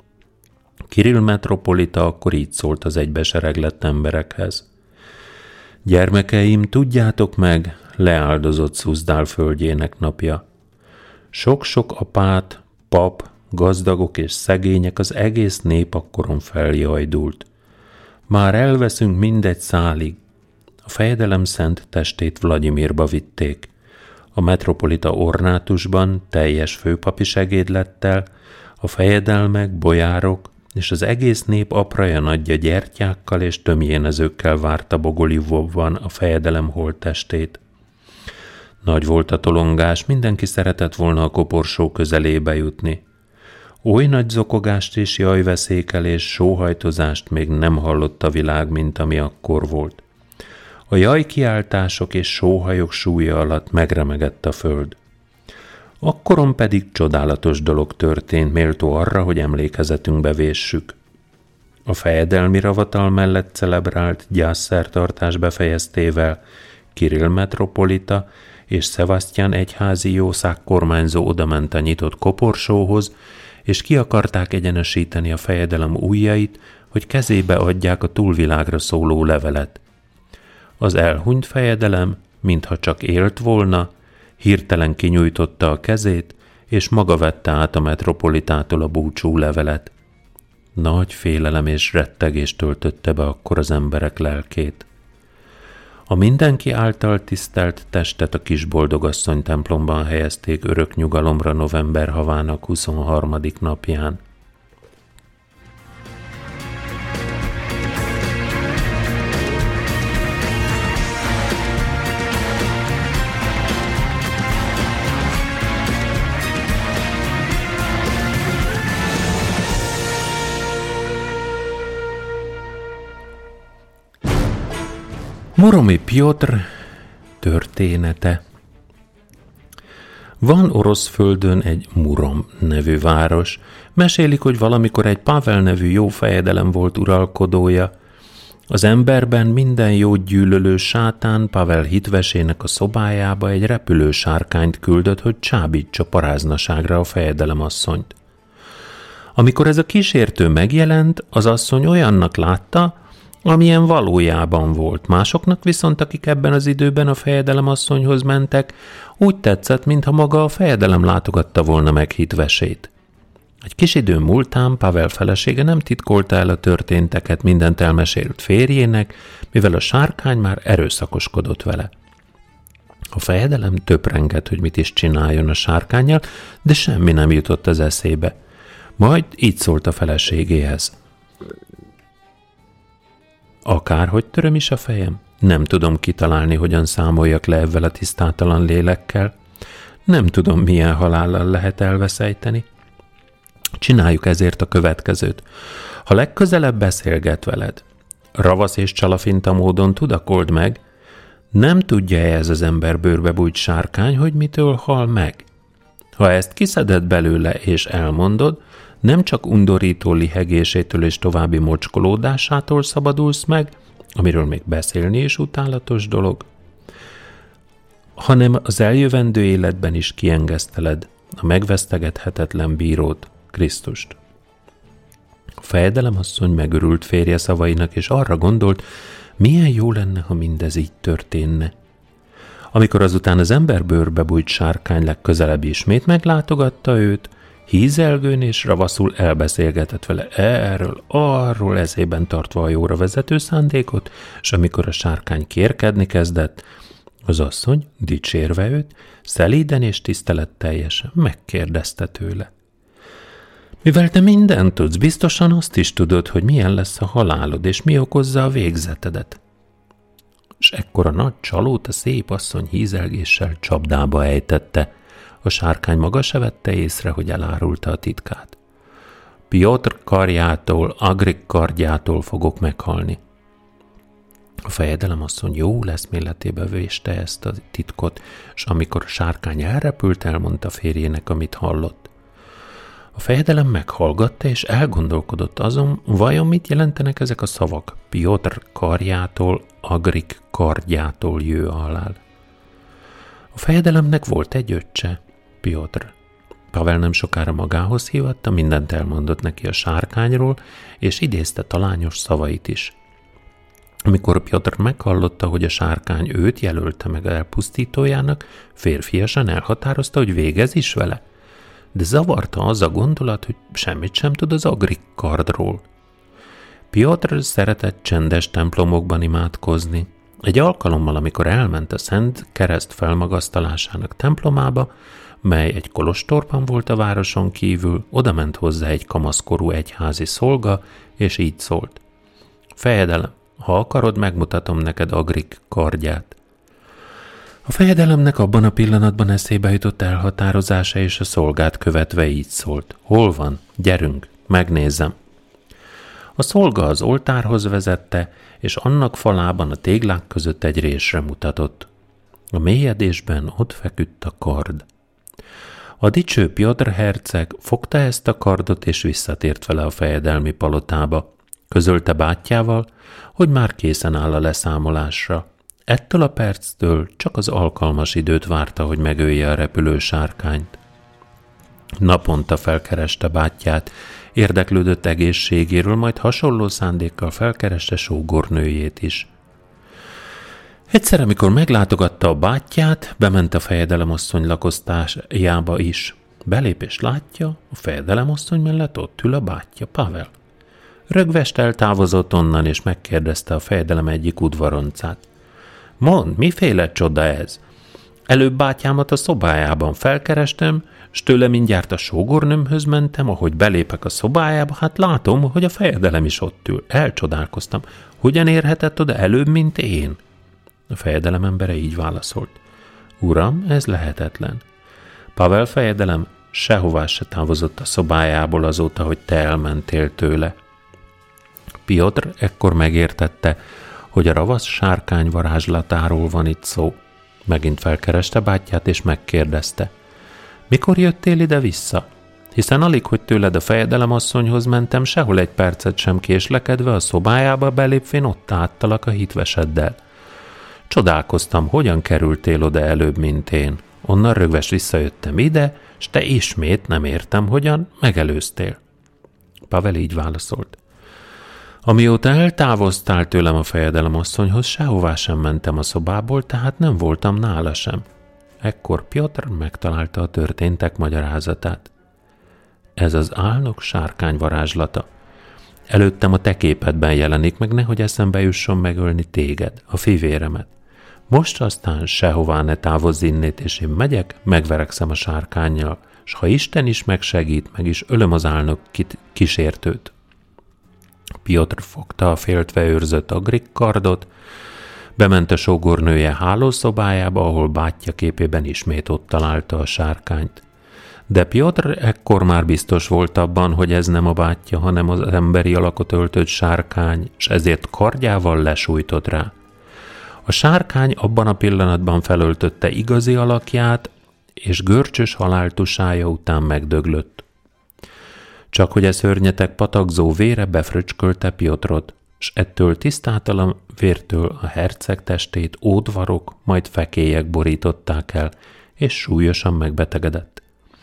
[SPEAKER 1] Kirill metropolita akkor így szólt az egybesereglett emberekhez. Gyermekeim, tudjátok meg, leáldozott Szuzdál földjének napja. Sok-sok apát, pap, gazdagok és szegények, az egész nép akkoron feljajdult. Már elveszünk mindegy szálig. A fejedelem szent testét Vlagyimirba vitték. A metropolita ornátusban teljes főpapi segédlettel a fejedelmek, bojárok és az egész nép apraja nagyja gyertyákkal és tömjénezőkkel várta Bogolivovban a fejedelem holttestét. Nagy volt a tolongás, mindenki szeretett volna a koporsó közelébe jutni. Oly nagy zokogást és jajveszékelés, sóhajtozást még nem hallott a világ, mint ami akkor volt. A jajkiáltások és sóhajok súlya alatt megremegett a föld. Akkoron pedig csodálatos dolog történt, méltó arra, hogy emlékezetünkbe véssük. A fejedelmi ravatal mellett celebrált gyászszertartás befejeztével Kirill metropolita és Szevasztyán egyházi jószág kormányzó odament a nyitott koporsóhoz, és ki akarták egyenesíteni a fejedelem ujjait, hogy kezébe adják a túlvilágra szóló levelet. Az elhunyt fejedelem, mintha csak élt volna, hirtelen kinyújtotta a kezét, és maga vette át a metropolitától a búcsú levelet. Nagy félelem és rettegés töltötte be akkor az emberek lelkét. A mindenki által tisztelt testet a Kisboldogasszony templomban helyezték örök nyugalomra november havának huszonharmadik napján. Moromi Pjotr története. Van orosz földön egy Murom nevű város. Mesélik, hogy valamikor egy Pavel nevű jó fejedelem volt uralkodója. Az emberben minden jót gyűlölő sátán Pavel hitvesének a szobájába egy repülő sárkányt küldött, hogy csábítsa paráznaságra a fejedelemasszonyt. Amikor ez a kísértő megjelent, az asszony olyannak látta, amilyen valójában volt. Másoknak viszont, akik ebben az időben a fejedelemasszonyhoz mentek, úgy tetszett, mintha maga a fejedelem látogatta volna meg hitvesét. Egy kis idő múltán Pavel felesége nem titkolta el a történteket, mindent elmesélt férjének, mivel a sárkány már erőszakoskodott vele. A fejedelem töprengett, hogy mit is csináljon a sárkánnyal, de semmi nem jutott az eszébe. Majd így szólt a feleségéhez. Akárhogy töröm is a fejem, nem tudom kitalálni, hogyan számoljak le ezzel a tisztátalan lélekkel. Nem tudom, milyen halállal lehet elveszejteni. Csináljuk ezért a következőt. Ha legközelebb beszélget veled, ravasz és csalafinta módon tudakold meg, nem tudja-e ez az ember bőrbe bújt sárkány, hogy mitől hal meg? Ha ezt kiszeded belőle és elmondod, nem csak undorító lihegésétől és további mocskolódásától szabadulsz meg, amiről még beszélni is utálatos dolog, hanem az eljövendő életben is kiengeszteled a megvesztegethetetlen bírót, Krisztust. A fejedelemasszony megörült férje szavainak, és arra gondolt, milyen jó lenne, ha mindez így történne. Amikor azután az emberbőrbe bújt sárkány legközelebb ismét meglátogatta őt, hízelgőn és ravaszul elbeszélgetett vele erről, arról, ezében tartva a jóra vezető szándékot, és amikor a sárkány kérkedni kezdett, az asszony, dicsérve őt, szelíden és tiszteletteljesen megkérdezte tőle. Mivel te mindent tudsz, biztosan azt is tudod, hogy milyen lesz a halálod, és mi okozza a végzetedet. És ekkor a nagy csalót a szép asszony hízelgéssel csapdába ejtette. A sárkány maga se vette észre, hogy elárulta a titkát. Piotr karjától, Agrik kardjától fogok meghalni. A fejedelemasszony jó leszméletébe véste ezt a titkot, és amikor a sárkány elrepült, elmondta férjének, amit hallott. A fejedelem meghallgatta, és elgondolkodott azon, vajon mit jelentenek ezek a szavak. Piotr karjától, Agrik kardjától jő a halál. A fejedelemnek volt egy öccse, Piotr. Pavel nem sokára magához hívatta, mindent elmondott neki a sárkányról, és idézte talányos szavait is. Amikor Piotr meghallotta, hogy a sárkány őt jelölte meg elpusztítójának, férfiasan elhatározta, hogy végez is vele. De zavarta az a gondolat, hogy semmit sem tud az Agrik kardról. Piotr szeretett csendes templomokban imádkozni. Egy alkalommal, amikor elment a Szent Kereszt felmagasztalásának templomába, mely egy kolostorban volt a városon kívül, odament hozzá egy kamaszkorú egyházi szolga, és így szólt. Fejedelem, ha akarod, megmutatom neked Agrik kardját. A fejedelemnek abban a pillanatban eszébe jutott elhatározása, és a szolgát követve így szólt. Hol van? Gyerünk, megnézzem. A szolga az oltárhoz vezette, és annak falában a téglák között egy résre mutatott. A mélyedésben ott feküdt a kard. A dicső Piotr herceg fogta ezt a kardot, és visszatért vele a fejedelmi palotába. Közölte bátyjával, hogy már készen áll a leszámolásra. Ettől a perctől csak az alkalmas időt várta, hogy megölje a repülő sárkányt. Naponta felkereste bátyját, érdeklődött egészségéről, majd hasonló szándékkal felkereste sógornőjét is. Egyszer, amikor meglátogatta a bátyját, bement a fejedelemasszony lakosztályába is. Belép és látja, a fejedelemasszony mellett ott ül a bátyja, Pavel. Rögvest eltávozott onnan, és megkérdezte a fejedelem egyik udvaroncát. Mondd, miféle csoda ez? Előbb bátyámat a szobájában felkerestem, s tőle mindjárt a sógornőmhöz mentem, ahogy belépek a szobájába, hát látom, hogy a fejedelem is ott ül. Elcsodálkoztam. Hogyan érhetett oda előbb, mint én? A fejedelem embere így válaszolt. Uram, ez lehetetlen. Pavel fejedelem sehová se távozott a szobájából azóta, hogy te elmentél tőle. Piotr ekkor megértette, hogy a ravasz sárkány varázslatáról van itt szó. Megint felkereste bátyját, és megkérdezte. Mikor jöttél ide vissza? Hiszen alig, hogy tőled a fejedelemasszonyhoz mentem, sehol egy percet sem késlekedve a szobájába belépvén ott áttalak a hitveseddel. Csodálkoztam, hogyan kerültél oda előbb, mint én. Onnan rögves visszajöttem ide, s te ismét nem értem, hogyan megelőztél. Pavel így válaszolt. Amióta eltávoztál tőlem a fejedelemasszonyhoz, sehová sem mentem a szobából, tehát nem voltam nála sem. Ekkor Piotr megtalálta a történtek magyarázatát. Ez az álnok sárkány varázslata. Előttem a te képedben jelenik meg, nehogy eszembe jusson megölni téged, a fivéremet. Most aztán sehová ne távozz innét, és én megyek, megverekszem a sárkánnyal, s ha Isten is megsegít, meg is ölöm az álnok kísértőt. Piotr fogta a féltve őrzött Agrik kardot, bement a sógornője hálószobájába, ahol bátyja képében ismét ott találta a sárkányt. De Piotr ekkor már biztos volt abban, hogy ez nem a bátyja, hanem az emberi alakot öltött sárkány, s ezért kardjával lesújtott rá. A sárkány abban a pillanatban felöltötte igazi alakját, és görcsös haláltusája után megdöglött. Csak hogy a szörnyetek patakzó vére befröcskölte Piotrot, s ettől tisztátalan vértől a herceg testét ódvarok, majd fekélyek borították el, és súlyosan megbetegedett.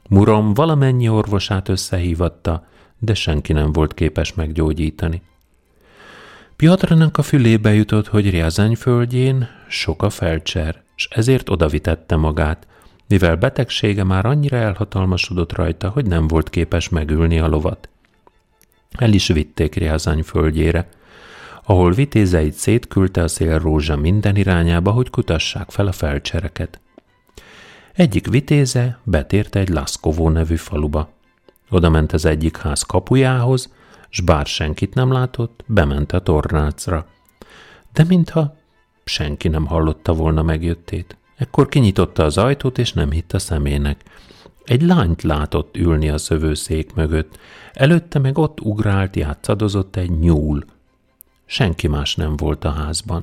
[SPEAKER 1] Murom valamennyi orvosát összehívatta, de senki nem volt képes meggyógyítani. Piotrnak a fülébe jutott, hogy Rjazany földjén sok a felcser, s ezért odavitette magát, mivel betegsége már annyira elhatalmasodott rajta, hogy nem volt képes megülni a lovat. El is vitték Rjazany földjére, ahol vitézeit szétküldte a szélrózsa minden irányába, hogy kutassák fel a felcsereket. Egyik vitéze betért egy Laszkovó nevű faluba. Oda ment az egyik ház kapujához, s bár senkit nem látott, bement a tornácra. De mintha senki nem hallotta volna megjöttét. Ekkor kinyitotta az ajtót, és nem hitt a szemének. Egy lányt látott ülni a szövőszék mögött, előtte meg ott ugrált, játszadozott egy nyúl. Senki más nem volt a házban.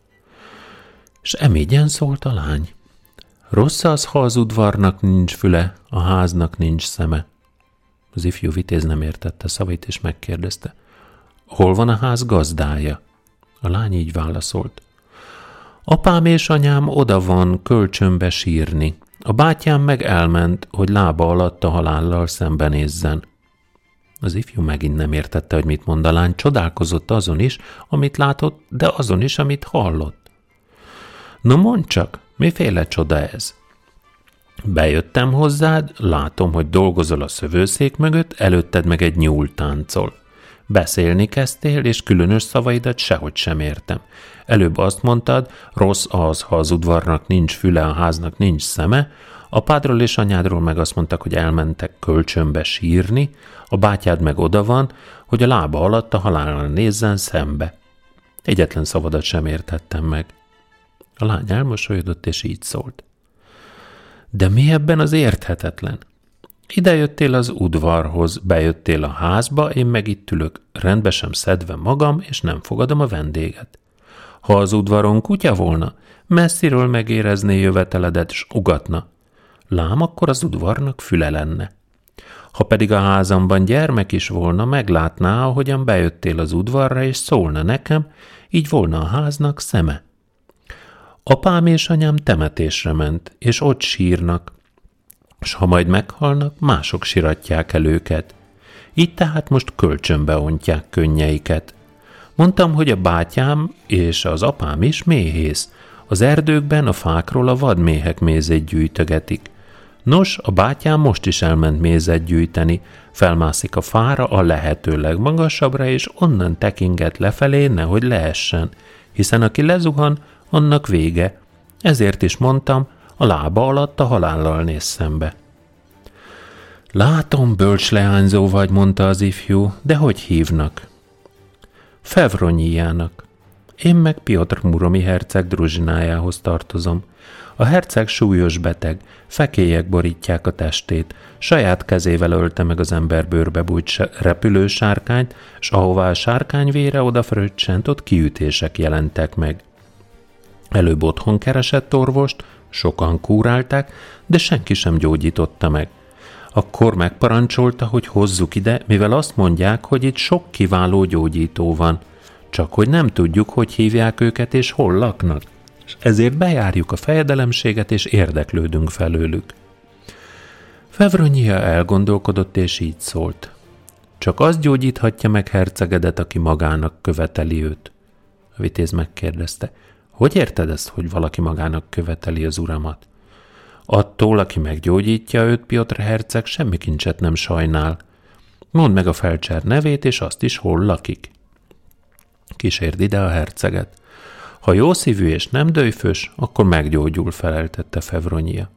[SPEAKER 1] S emégyen szólt a lány. Rossz az, ha az udvarnak nincs füle, a háznak nincs szeme. Az ifjú vitéz nem értette szavait, és megkérdezte. Hol van a ház gazdája? A lány így válaszolt. Apám és anyám oda van kölcsönbe sírni. A bátyám meg elment, hogy lába alatt a halállal szembenézzen. Az ifjú megint nem értette, hogy mit mond a lány, csodálkozott azon is, amit látott, de azon is, amit hallott. No mondd csak, miféle csoda ez? Bejöttem hozzád, látom, hogy dolgozol a szövőszék mögött, előtted meg egy nyúl táncol. Beszélni kezdtél, és különös szavaidat sehogy sem értem. Előbb azt mondtad, rossz az, ha az udvarnak nincs füle, a háznak nincs szeme, apádról és anyádról meg azt mondtak, hogy elmentek kölcsönbe sírni, a bátyád meg oda van, hogy a lába alatt a halálra nézzen szembe. Egyetlen szavadat sem értettem meg. A lány elmosolyodott, és így szólt. De mi ebben az érthetetlen? Ide jöttél az udvarhoz, bejöttél a házba, én meg itt ülök, rendbe sem szedve magam, és nem fogadom a vendéget. Ha az udvaron kutya volna, messziről megérezné jöveteledet, s ugatna. Lám, akkor az udvarnak füle lenne. Ha pedig a házamban gyermek is volna, meglátná, ahogyan bejöttél az udvarra, és szólna nekem, így volna a háznak szeme. Apám és anyám temetésre ment, és ott sírnak, s ha majd meghalnak, mások siratják el őket. Így tehát most kölcsönbe ontják könnyeiket. Mondtam, hogy a bátyám és az apám is méhész. Az erdőkben a fákról a vadméhek mézét gyűjtögetik. Nos, a bátyám most is elment mézet gyűjteni, felmászik a fára a lehető legmagasabbra, és onnan tekinget lefelé, nehogy leessen, hiszen aki lezuhan, annak vége. Ezért is mondtam, a lába alatt a halállal néz szembe. Látom, bölcs leányzó vagy, mondta az ifjú, de hogy hívnak? Fevronyiának. Én meg Piotr Muromi herceg druzsinájához tartozom. A herceg súlyos beteg, fekélyek borítják a testét, saját kezével ölte meg az ember bőrbe bújt repülő sárkányt, s ahová a sárkány vére odafröccsent, ott kiütések jelentek meg. Előbb otthon keresett orvost, sokan kúrálták, de senki sem gyógyította meg. Akkor megparancsolta, hogy hozzuk ide, mivel azt mondják, hogy itt sok kiváló gyógyító van, csak hogy nem tudjuk, hogy hívják őket és hol laknak, és ezért bejárjuk a fejedelemséget és érdeklődünk felőlük. Fevronyia elgondolkodott és így szólt. Csak az gyógyíthatja meg hercegedet, aki magának követeli őt. A vitéz megkérdezte. Hogy érted ezt, hogy valaki magának követeli az uramat? Attól, aki meggyógyítja őt, Piotr herceg semmi kincset nem sajnál. Mondd meg a felcser nevét, és azt is, hol lakik. Kísérd ide a herceget. Ha jó szívű és nem döjfös, akkor meggyógyul, feleltette Fevronyia.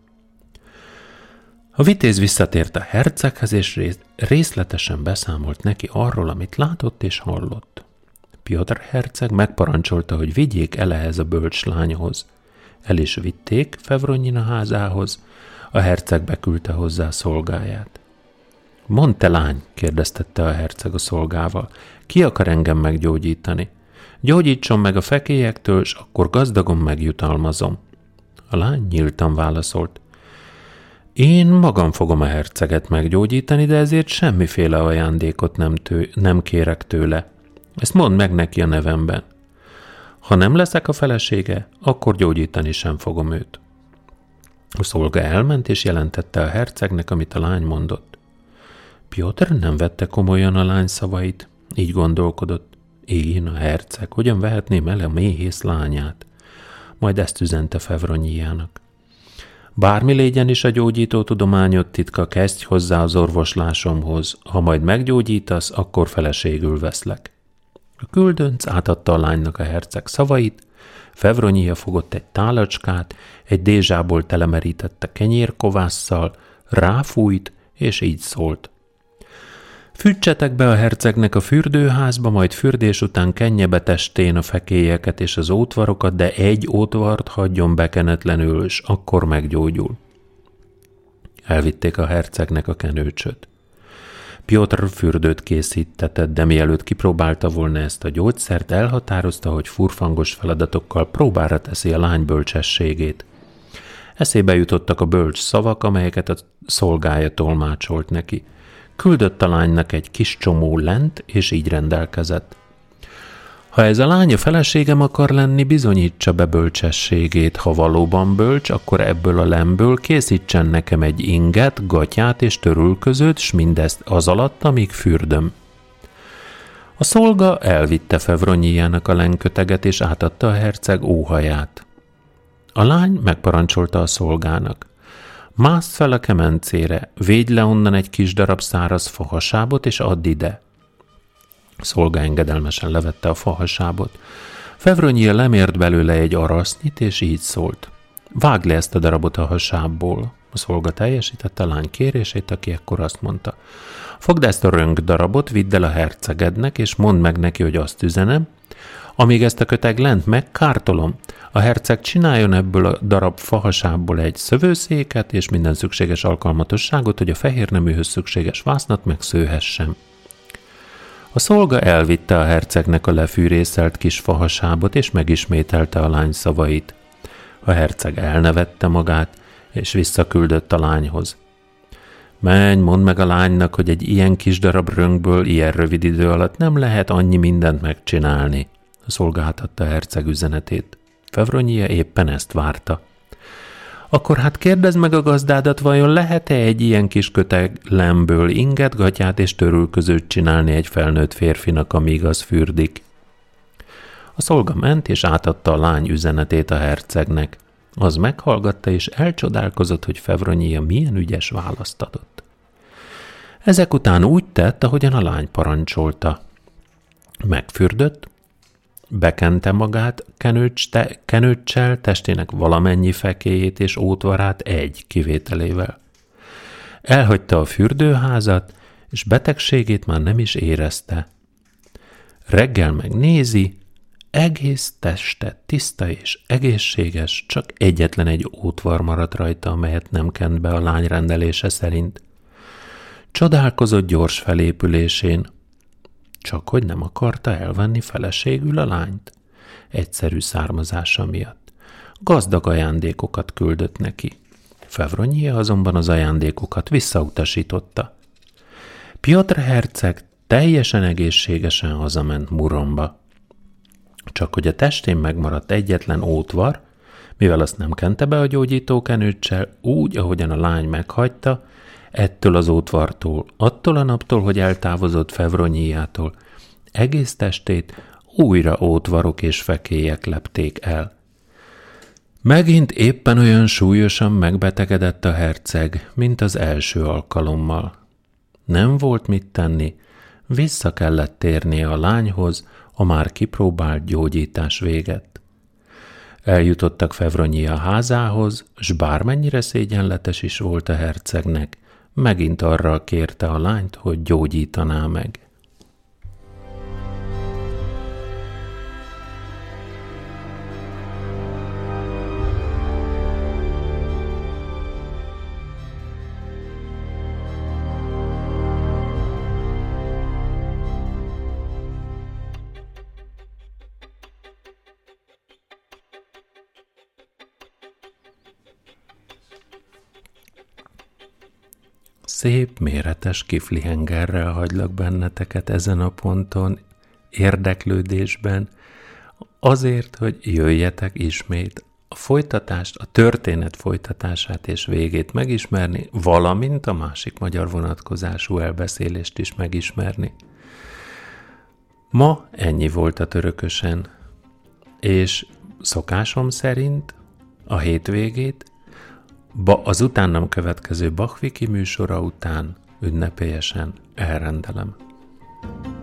[SPEAKER 1] A vitéz visszatért a herceghez, és részletesen beszámolt neki arról, amit látott és hallott. Piotr herceg megparancsolta, hogy vigyék el ehhez a bölcs lányhoz. El is vitték Fevronyina házához, a herceg beküldte hozzá szolgáját. Mondd te, lány, kérdeztette a herceg a szolgával, ki akar engem meggyógyítani? Gyógyítson meg a fekélyektől, s akkor gazdagon megjutalmazom. A lány nyíltan válaszolt. Én magam fogom a herceget meggyógyítani, de ezért semmiféle ajándékot nem, tő, nem kérek tőle. Ezt mondd meg neki a nevemben. Ha nem leszek a felesége, akkor gyógyítani sem fogom őt. A szolga elment, és jelentette a hercegnek, amit a lány mondott. Piotr nem vette komolyan a lány szavait, így gondolkodott. Én, a herceg, hogyan vehetném el a méhész lányát? Majd ezt üzente Fevronyiának. Bármi légyen is a gyógyító tudományod titka, kezdj hozzá az orvoslásomhoz. Ha majd meggyógyítasz, akkor feleségül veszlek. A küldönc átadta a lánynak a herceg szavait, Fevronyia fogott egy tálacskát, egy dézsából telemerítette kenyérkovásszal, ráfújt, és így szólt. Fűtsetek be a hercegnek a fürdőházba, majd fürdés után kenje be testén a fekélyeket és az ótvarokat, de egy ótvart hagyjon bekenetlenül, és akkor meggyógyul. Elvitték a hercegnek a kenőcsöt. Piotr fürdőt készítetett, de mielőtt kipróbálta volna ezt a gyógyszert, elhatározta, hogy furfangos feladatokkal próbára teszi a lány bölcsességét. Eszébe jutottak a bölcs szavak, amelyeket a szolgája tolmácsolt neki. Küldött a lánynak egy kis csomó lent, és így rendelkezett. Ha ez a lány a feleségem akar lenni, bizonyítsa be bölcsességét. Ha valóban bölcs, akkor ebből a lemből készítsen nekem egy inget, gatyát és törülközőt, s mindezt az alatt, amíg fürdöm. A szolga elvitte Fevronyiának a lenköteget, és átadta a herceg óhaját. A lány megparancsolta a szolgának. Mászd fel a kemencére, védj le onnan egy kis darab száraz fahasábot, és add ide. A szolga engedelmesen levette a fahasábot. Fevronyia lemért belőle egy arasznyit, és így szólt. Vágd le ezt a darabot a hasábból. A szolga teljesítette a lány kérését, aki ekkor azt mondta. Fogd ezt a rönk darabot, vidd el a hercegednek, és mondd meg neki, hogy azt üzenem. Amíg ezt a köteg lent megkártolom, a herceg csináljon ebből a darab fahasábból egy szövőszéket és minden szükséges alkalmatosságot, hogy a fehér neműhöz szükséges vásznat megszőhessem. A szolga elvitte a hercegnek a lefűrészelt kis fahasábot, és megismételte a lány szavait. A herceg elnevette magát, és visszaküldött a lányhoz. Menj, mondd meg a lánynak, hogy egy ilyen kis darab rönkből ilyen rövid idő alatt nem lehet annyi mindent megcsinálni. A szolga átadta a herceg üzenetét. Fevronyia éppen ezt várta. Akkor hát kérdezd meg a gazdádat, vajon lehet-e egy ilyen kis köteg lemből inget, gatyát és törülközőt csinálni egy felnőtt férfinak, amíg az fürdik? A szolga ment, és átadta a lány üzenetét a hercegnek. Az meghallgatta, és elcsodálkozott, hogy Fevronyia milyen ügyes választ adott. Ezek után úgy tett, ahogyan a lány parancsolta. Megfürdött, bekente magát kenőcs te, kenőccsel, testének valamennyi fekélyét és ótvarát egy kivételével. Elhagyta a fürdőházat, és betegségét már nem is érezte. Reggel megnézi, egész teste tiszta és egészséges, csak egyetlen egy ótvar maradt rajta, amelyet nem kent be a lány rendelése szerint. Csodálkozott gyors felépülésén, csak hogy nem akarta elvenni feleségül a lányt, egyszerű származása miatt. Gazdag ajándékokat küldött neki. Fevronyia azonban az ajándékokat visszautasította. Piotr herceg teljesen egészségesen hazament Muronba. Csak hogy a testén megmaradt egyetlen ótvar, mivel azt nem kente be a gyógyító kenőccsel, úgy, ahogyan a lány meghagyta, ettől az ótvartól, attól a naptól, hogy eltávozott Fevronyijától, egész testét újra ótvarok és fekélyek lepték el. Megint éppen olyan súlyosan megbetegedett a herceg, mint az első alkalommal. Nem volt mit tenni, vissza kellett térnie a lányhoz, a már kipróbált gyógyítás véget. Eljutottak Fevronyia házához, s bármennyire szégyenletes is volt a hercegnek, megint arra kérte a lányt, hogy gyógyítaná meg. Szép, méretes kiflihengerrel hagylak benneteket ezen a ponton, érdeklődésben, azért, hogy jöjjetek ismét a folytatást, a történet folytatását és végét megismerni, valamint a másik magyar vonatkozású elbeszélést is megismerni. Ma ennyi volt a Törökösen, és szokásom szerint a hétvégét az utánam következő Bach Wiki műsora után ünnepélyesen elrendelem.